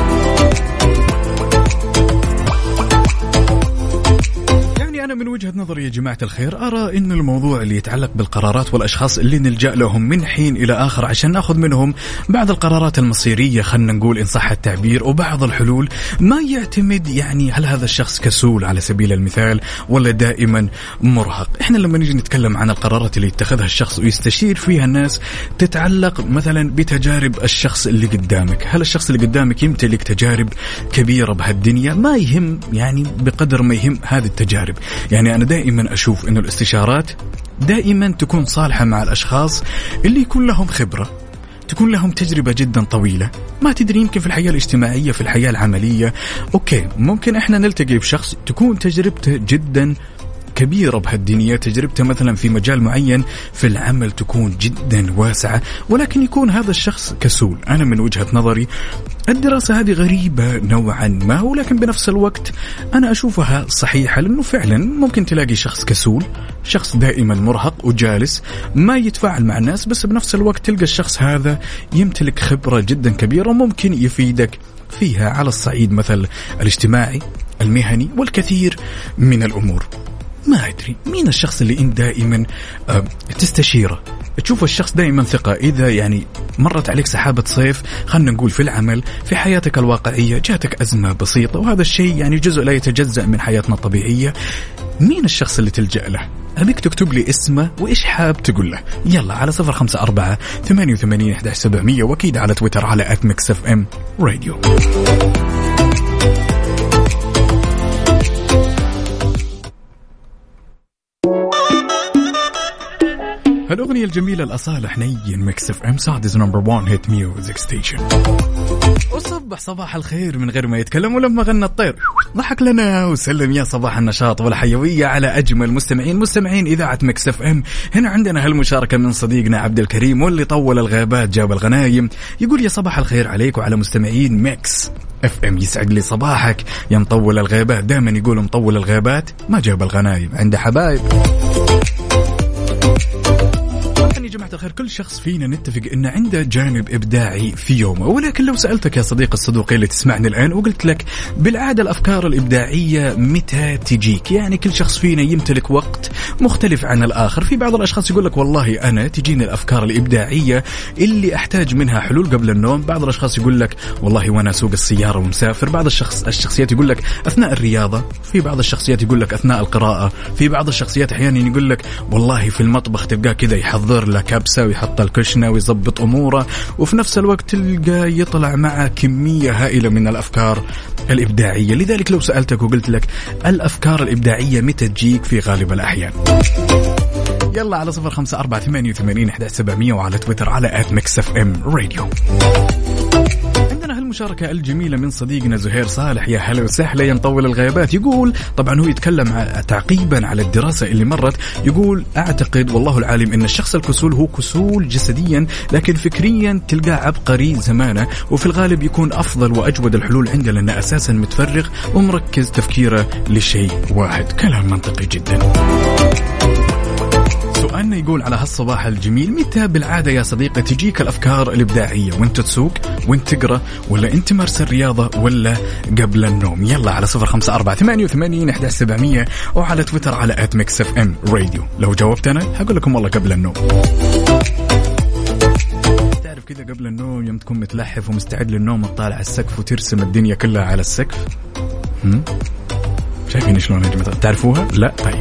أنا من وجهة نظري يا جماعة الخير أرى إن الموضوع اللي يتعلق بالقرارات والأشخاص اللي نلجأ لهم من حين إلى آخر عشان نأخذ منهم بعض القرارات المصيرية، خلنا نقول إن صح التعبير، وبعض الحلول، ما يعتمد يعني هل هذا الشخص كسول على سبيل المثال ولا دائما مرهق. إحنا لما نيجي نتكلم عن القرارات اللي يتخذها الشخص ويستشير فيها الناس تتعلق مثلا بتجارب الشخص اللي قدامك. هل الشخص اللي قدامك يمتلك تجارب كبيرة بهالدنيا؟ ما يهم يعني بقدر ما يهم هذه التجارب. يعني أنا دائما أشوف أن الاستشارات دائما تكون صالحة مع الأشخاص اللي يكون لهم خبرة، تكون لهم تجربة جدا طويلة. ما تدري يمكن في الحياة الاجتماعية في الحياة العملية أوكي ممكن إحنا نلتقي بشخص تكون تجربته جدا كبيرة بهالدنيا، تجربته مثلا في مجال معين في العمل تكون جدا واسعة، ولكن يكون هذا الشخص كسول. أنا من وجهة نظري الدراسة هذه غريبة نوعا ما، ولكن بنفس الوقت أنا أشوفها صحيحة، لأنه فعلا ممكن تلاقي شخص كسول، شخص دائما مرهق وجالس ما يتفاعل مع الناس، بس بنفس الوقت تلقى الشخص هذا يمتلك خبرة جدا كبيرة وممكن يفيدك فيها على الصعيد مثل الاجتماعي المهني والكثير من الأمور. ما أدري مين الشخص اللي أنت دائما أه تستشيره، تشوف الشخص دائما ثقة. إذا يعني مرت عليك سحابة صيف خلنا نقول في العمل في حياتك الواقعية جاتك أزمة بسيطة، وهذا الشيء يعني جزء لا يتجزأ من حياتنا الطبيعية، مين الشخص اللي تلجأ له؟ أبيك تكتب لي اسمه وإيش حاب تقول له. يلا على صفر خمسة أربعة ثمانية وثمانين أحد سبعمية وأكيد على تويتر على آت ميكس إف إم راديو. هالأغنية الجميلة الأصالة حنين ميكس اف ام سعوديز نمبر وان هيت ميوزك ستيشن. وصبح صباح الخير من غير ما يتكلم، ولما غنى الطير ضحك لنا وسلم يا صباح النشاط والحيوية على أجمل مستمعين مستمعين إذاعة ميكس اف ام. هنا عندنا هالمشاركة من صديقنا عبد الكريم واللي طول الغابات جاب الغنايم، يقول يا صباح الخير عليك وعلى مستمعين ميكس اف ام. يسعد لي صباحك يا مطول الغابات، دائما يقول مطول الغابات ما جاب الغنايم عنده حبايب. يا جماعة الخير كل شخص فينا نتفق إن عنده جانب إبداعي في يومه، ولكن لو سألتك يا صديق الصدوقي اللي تسمعني الآن وقلت لك بالعادة الأفكار الإبداعية متى تجيك؟ يعني كل شخص فينا يمتلك وقت مختلف عن الآخر. في بعض الأشخاص يقول لك والله أنا تجيني الأفكار الإبداعية اللي أحتاج منها حلول قبل النوم. بعض الأشخاص يقول لك والله وأنا أسوق السيارة ومسافر. بعض الشخص الشخصيات يقول لك أثناء الرياضة. في بعض الشخصيات يقول لك أثناء القراءة. في بعض الشخصيات أحيانا يقول لك والله في المطبخ تلقاه كذا يحضر له كبسة ويحط الكشنة ويضبط أموره، وفي نفس الوقت تلقى يطلع مع كمية هائلة من الأفكار الإبداعية. لذلك لو سألتك وقلت لك الأفكار الإبداعية متى تجيك في غالب الأحيان؟ يلا على صفر خمسة أربعة ثمانية وثمانين أحد سبعمية وعلى تويتر على آت ميكس اف ام راديو. عندنا هالمشاركة الجميلة من صديقنا زهير صالح، يا هلا وسهلا يا مطول الغيابات. يقول طبعا هو يتكلم تعقيبا على الدراسة اللي مرت، يقول أعتقد والله العالم أن الشخص الكسول هو كسول جسديا لكن فكريا تلقاه عبقري زمانه، وفي الغالب يكون أفضل وأجود الحلول عنده لأنه أساسا متفرغ ومركز تفكيره لشيء واحد. كلام منطقي جدا. سؤالنا يقول على هالصباح الجميل متى بالعادة يا صديقي تجيك الأفكار الإبداعية؟ وانت تسوق وانت تقرأ ولا انت مارس الرياضة ولا قبل النوم؟ يلا على صفر خمسة أربعة ثمانية وثمانين أحد سبعمية وعلى تويتر على آت ميكس اف ام راديو. لو جاوبت أنا هقول لكم والله قبل النوم. تعرف كذا قبل النوم يوم تكون متلحف ومستعد للنوم تطالع السقف وترسم الدنيا كلها على السقف. هم؟ شايفين شلون يا جماعة؟ تعرفوها؟ لا طيب.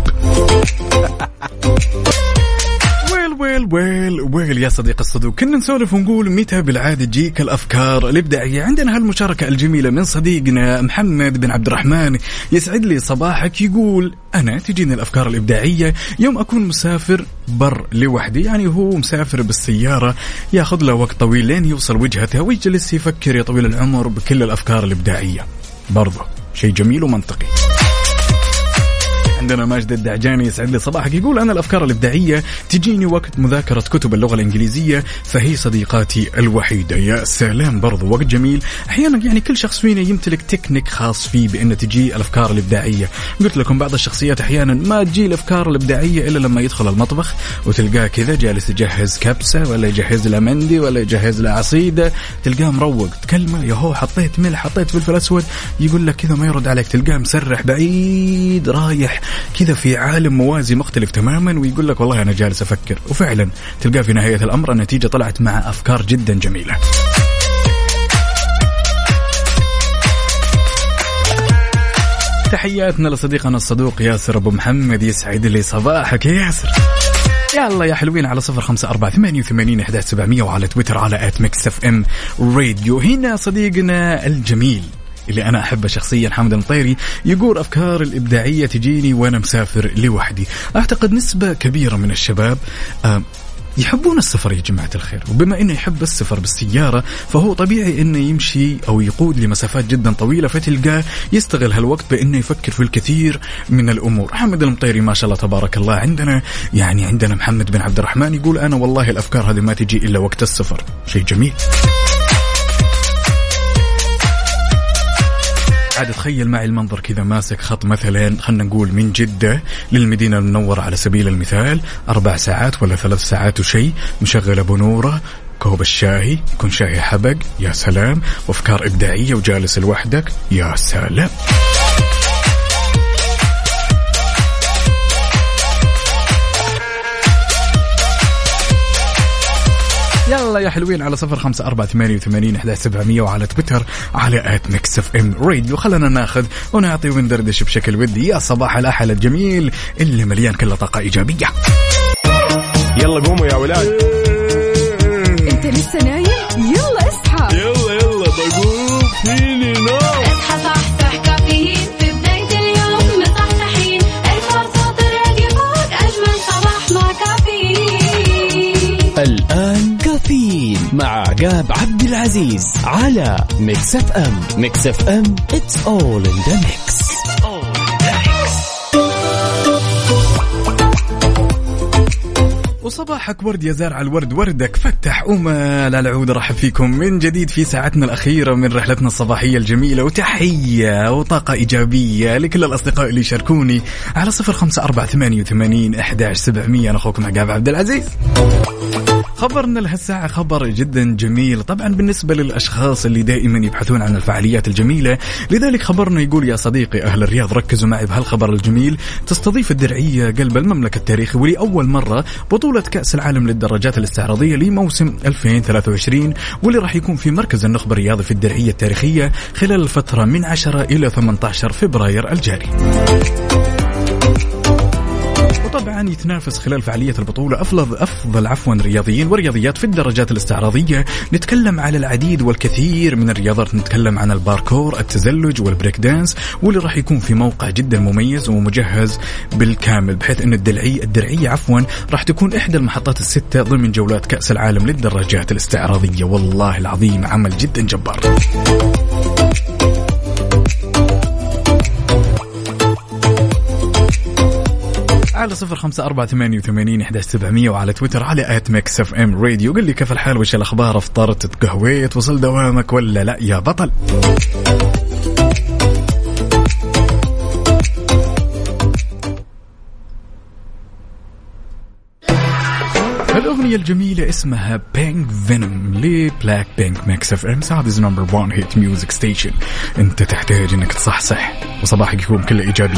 ويل ويل ويل يا صديق الصدوق، كنا نسولف ونقول متى بالعادة تجيك الأفكار الإبداعية. عندنا هالمشاركة الجميلة من صديقنا محمد بن عبد الرحمن، يسعد لي صباحك. يقول أنا تجيني الأفكار الإبداعية يوم أكون مسافر بر لوحدي، يعني هو مسافر بالسيارة ياخذ له وقت طويل لين يوصل وجهته ويجلس يفكر يا طويل العمر بكل الأفكار الإبداعية. برضه شيء جميل ومنطقي. عندنا ماجد الدعجاني، يسعد لي صباحك. يقول أنا الأفكار الإبداعية تجيني وقت مذاكرة كتب اللغة الإنجليزية فهي صديقاتي الوحيدة. يا سلام، برضو وقت جميل. أحيانا يعني كل شخص فينا يمتلك تكنيك خاص فيه بأن تجي الأفكار الإبداعية. قلت لكم بعض الشخصيات أحيانا ما تجي الأفكار الإبداعية إلا لما يدخل المطبخ وتلقاه كذا جالس يجهز كبسة ولا يجهز له مندي ولا يجهز له عصيدة، تلقاه مروق. تكلمه يا هو حطيت ملح حطيت فلفل أسود، يقول لك كذا ما يرد عليك. تلقاه مسرح بعيد رايح كذا في عالم موازي مختلف تماما ويقول لك والله أنا جالس أفكر، وفعلا تلقاه في نهاية الأمر النتيجة طلعت مع أفكار جدا جميلة. تحياتنا لصديقنا الصدوق ياسر أبو محمد، يسعد لي صباحك يا ياسر. يلا يا حلوين على صفر خمسة أربعة ثمانية وثمانين أحد سبعمية وعلى تويتر على آت ميكس اف ام راديو. هنا صديقنا الجميل اللي أنا أحبه شخصيا حمد المطيري، يقول أفكار الإبداعية تجيني وأنا مسافر لوحدي. أعتقد نسبة كبيرة من الشباب آه يحبون السفر يا جماعة الخير، وبما إنه يحب السفر بالسيارة فهو طبيعي إنه يمشي أو يقود لمسافات جدا طويلة، فتلقاه يستغل هالوقت بإنه يفكر في الكثير من الأمور. حمد المطيري ما شاء الله تبارك الله. عندنا يعني عندنا محمد بن عبد الرحمن يقول أنا والله الأفكار هذه ما تجي إلا وقت السفر. شيء جميل. عاد تخيل معي المنظر كذا ماسك خط مثلا خلنا نقول من جدة للمدينة المنورة على سبيل المثال أربع ساعات ولا ثلاث ساعات وشيء، مشغل أبو نورة كوب الشاهي يكون شاهي حبق، يا سلام، وأفكار إبداعية وجالس لوحدك، يا سلام. يلا يا حلوين على صفر خمسة أربعة ثمانية وثمانين أحد سبعمية وعلى تويتر على آت ميكس اف ام راديو. خلنا ناخذ ونعطي وندردش بشكل ودي. يا صباح الأحلى الجميل اللي مليان كله طاقة إيجابية. يلا قوموا يا ولاد. انت لسه نايم؟ يلا اصحى. يلا يلا بقوم فيني نوم. اصحى صحصح كافيين في بداية اليوم مصحصحين، ارفع صوت الراديو فوق أجمل صباح مع كافيين. وعقاب عبد العزيز على ميكس اف ام. ميكس اف ام it's all in the mix. وصباحك ورد يا زارع الورد، وردك فتح وما العود. رحب فيكم من جديد في ساعتنا الأخيرة من رحلتنا الصباحية الجميلة، وتحية وطاقة إيجابية لكل الأصدقاء اللي يشاركوني على صفر خمسة أربعة ثمانية وثمانين أحد عشر سبعمية. أنا أخوكم عقاب عبد العزيز. خبرنا لهالساعة خبر جدا جميل طبعا بالنسبة للأشخاص اللي دائما يبحثون عن الفعاليات الجميلة. لذلك خبرنا يقول يا صديقي أهل الرياض ركزوا معي بهالخبر الجميل. تستضيف الدرعية قلب المملكة التاريخي ولأول مرة بطولة كأس العالم للدراجات الاستعراضية لموسم ألفين وثلاثة وعشرين، واللي راح يكون في مركز النخبة الرياضي في الدرعية التاريخية خلال الفترة من عشرة إلى ثمانية عشر فبراير الجاري. طبعا يتنافس خلال فعالية البطولة أفضل أفضل عفوا رياضيين ورياضيات في الدراجات الاستعراضية. نتكلم على العديد والكثير من الرياضات، نتكلم عن الباركور، التزلج والبريك دانس، واللي راح يكون في موقع جدا مميز ومجهز بالكامل، بحيث أن الدرعية الدرعية عفوا راح تكون إحدى المحطات الستة ضمن جولات كأس العالم للدراجات الاستعراضية. والله العظيم عمل جدا جبار. على صفر خمسة أربعة ثمانية وثمانين أحد عشر سبعمية، وعلى تويتر على آت ميكس اف ام راديو. قل لي كيف الحال، وش الأخبار، افطرت، تقهويت، وصل دوامك ولا لا يا بطل؟ الأغنية الجميلة اسمها بينك فينوم لبلاك بينك. ميكس اف ام سعوديز نمبر وان هيت ميوزك ستيشن. انت تحتاج انك تصحصح وصباحك يكون كله إيجابية.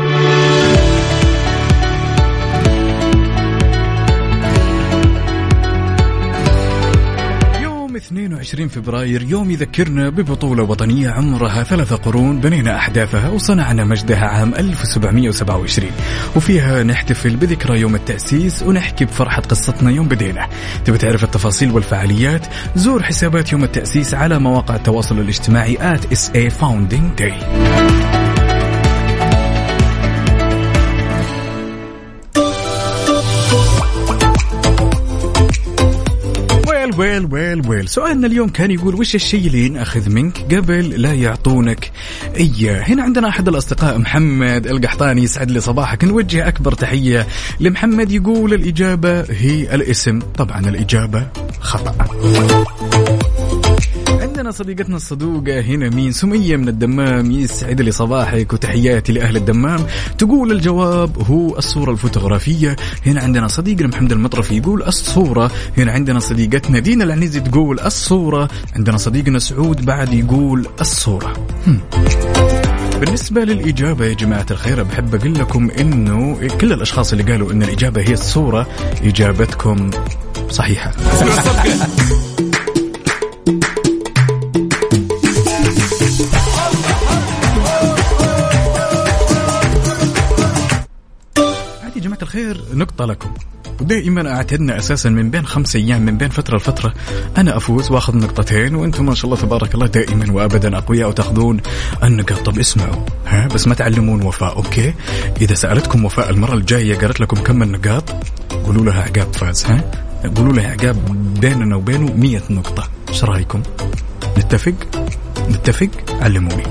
اثنين وعشرين فبراير يوم يذكرنا ببطولة وطنية عمرها ثلاثة قرون بنينا أحداثها وصنعنا مجدها عام ألف وسبعمية وسبعة وعشرين، وفيها نحتفل بذكرى يوم التأسيس ونحكي بفرحة قصتنا يوم بدينا. تبي تعرف التفاصيل والفعاليات؟ زور حسابات يوم التأسيس على مواقع التواصل الاجتماعي آت إس إيه فاوندينج داي. ويل ويل ويل سؤالنا اليوم كان يقول وش الشيء اللي نأخذ منك قبل لا يعطونك إياه؟ هنا عندنا أحد الأصدقاء محمد القحطاني، يسعد لي صباحك، نوجه أكبر تحية لمحمد. يقول الإجابة هي الاسم. طبعا الإجابة خطأ. عندنا صديقتنا الصدوقة هنا مين سمية من الدمام، يسعد لي صباحك وتحياتي لأهل الدمام. تقول الجواب هو الصورة الفوتوغرافية. هنا عندنا صديقنا محمد المطرفي يقول الصورة. هنا عندنا صديقتنا دينا العنيزي تقول الصورة. عندنا صديقنا سعود بعد يقول الصورة. هم. بالنسبة للإجابة يا جماعة الخير بحب أقول لكم إنه كل الأشخاص اللي قالوا إن الإجابة هي الصورة إجابتكم صحيحة. الخير نقطة لكم، ودائما اعتدنا أساسا من بين خمس أيام من بين فترة لفترة أنا أفوز وأخذ نقطتين، وأنتم ما شاء الله تبارك الله دائما وأبدا أقوياء وتأخذون النقاط. طب اسمعوا ها، بس ما تعلمون وفاء. أوكي، إذا سألتكم وفاء المرة الجاية قالت لكم كم النقاط، قولوا لها عقاب فاز. ها، قولوا لها عقاب بيننا وبينه مية نقطة. ايش رايكم؟ نتفق نتفق علموني.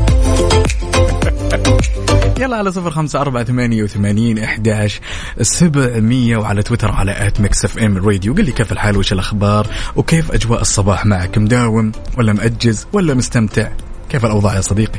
يلا على صفر خمسة أربعة ثمانية وثمانين أحد عشر سبعمية، وعلى تويتر على آت ميكس اف ام راديو. قل لي كيف الحال، وش الأخبار، وكيف أجواء الصباح معك؟ مداوم ولا مأجز ولا مستمتع؟ كيف الأوضاع يا صديقي؟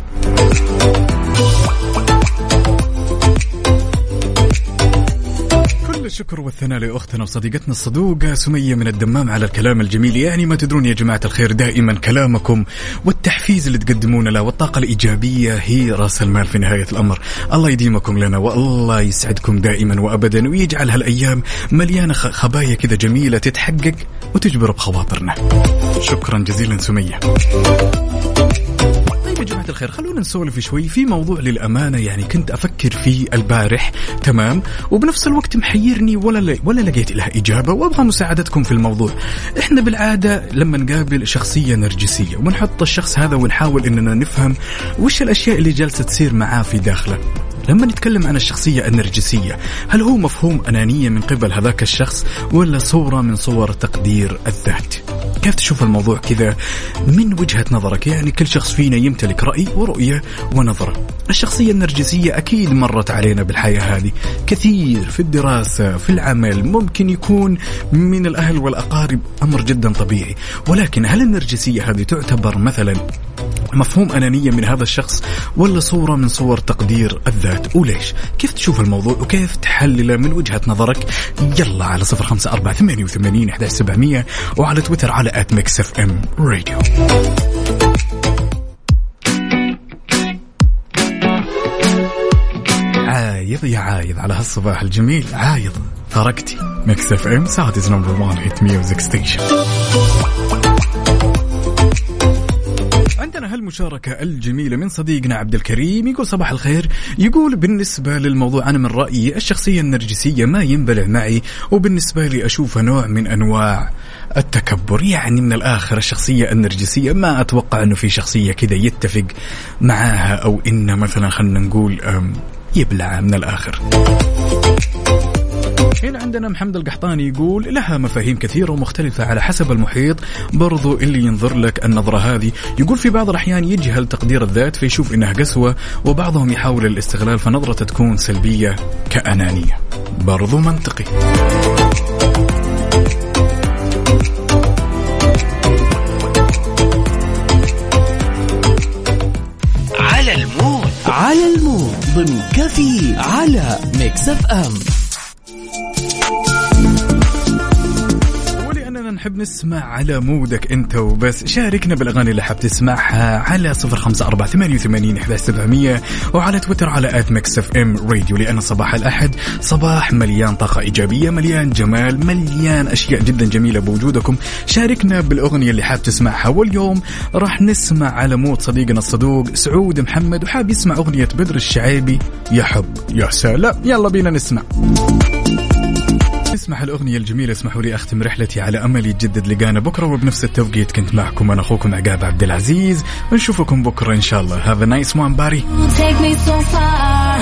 الشكر والثناء لأختنا وصديقتنا الصدوقة سمية من الدمام على الكلام الجميل. يعني ما تدرون يا جماعة الخير، دائما كلامكم والتحفيز اللي تقدمونه له والطاقة الإيجابية هي رأس المال في نهاية الأمر. الله يديمكم لنا والله يسعدكم دائما وأبدا، ويجعل هالأيام مليانة خبايا كذا جميلة تتحقق وتجبر بخواطرنا. شكرا جزيلا سمية. يا جماعة الخير خلونا نسولف شوي في موضوع للأمانة يعني كنت أفكر فيه البارح، تمام، وبنفس الوقت محيرني ولا ولا لقيت لها إجابة، وأبغى مساعدتكم في الموضوع. إحنا بالعادة لما نقابل شخصية نرجسية ونحط الشخص هذا ونحاول إننا نفهم وش الأشياء اللي جالسة تصير معاه في داخله. لما نتكلم عن الشخصية النرجسية، هل هو مفهوم أنانية من قبل هذاك الشخص ولا صورة من صور تقدير الذات؟ كيف تشوف الموضوع كذا من وجهة نظرك؟ يعني كل شخص فينا يمتلك رأي ورؤية ونظرة. الشخصية النرجسية أكيد مرت علينا بالحياة هذه كثير، في الدراسة، في العمل، ممكن يكون من الأهل والأقارب، أمر جدا طبيعي. ولكن هل النرجسية هذه تعتبر مثلا مفهوم أنانية من هذا الشخص ولا صورة من صور تقدير الذات؟ وليش؟ كيف تشوف الموضوع وكيف تحلله من وجهة نظرك؟ يلا على صفر خمسة أربعة ثمانية وثمانين أحد عشر سبعمية وعلى تويتر على آت ميكس إف إم راديو. عايض يا عايض على هالصباح الجميل، عايض تركتي ميكس إف إم سعوديز نمبر وان هيت ميوزك ستيشن. عندنا هالمشاركة الجميلة من صديقنا عبد الكريم، يقول صباح الخير. يقول بالنسبة للموضوع أنا من رأيي الشخصية النرجسية ما ينبلع معي، وبالنسبة لي أشوفها نوع من أنواع التكبر. يعني من الآخر الشخصية النرجسية ما أتوقع أنه في شخصية كذا يتفق معاها، أو إنه مثلا خلنا نقول يبلع من الآخر. هنا عندنا محمد القحطاني يقول لها مفاهيم كثيرة ومختلفة على حسب المحيط برضو اللي ينظر لك النظرة هذه. يقول في بعض الأحيان يجهل تقدير الذات فيشوف إنها قسوة، وبعضهم يحاول الاستغلال فنظرته تكون سلبية كأنانية. برضو منطقي. على المود على المود ضمن كفي على ميكس إف إم. نحب نسمع على مودك انت وبس. شاركنا بالاغاني اللي حاب تسمعها على صفر خمسة أربعة ثمانية وثمانين أحد عشر سبعمية وعلى تويتر على آت ميكس إف إم راديو، لأن صباح الأحد صباح مليان طاقة إيجابية، مليان جمال، مليان أشياء جدا جميلة بوجودكم. شاركنا بالأغنية اللي حاب تسمعها. واليوم راح نسمع على مود صديقنا الصدوق سعود محمد، وحاب يسمع أغنية بدر الشعيبي يا حب. يا سلام، يلا بينا نسمع. اسمح الأغنية الجميلة. اسمحوا لي أختم رحلتي على أمل يتجدد لقانا بكرة وبنفس التوقيت. كنت معكم أنا أخوكم عقاب عبد العزيز، ونشوفكم بكرة إن شاء الله. Have a nice one buddy.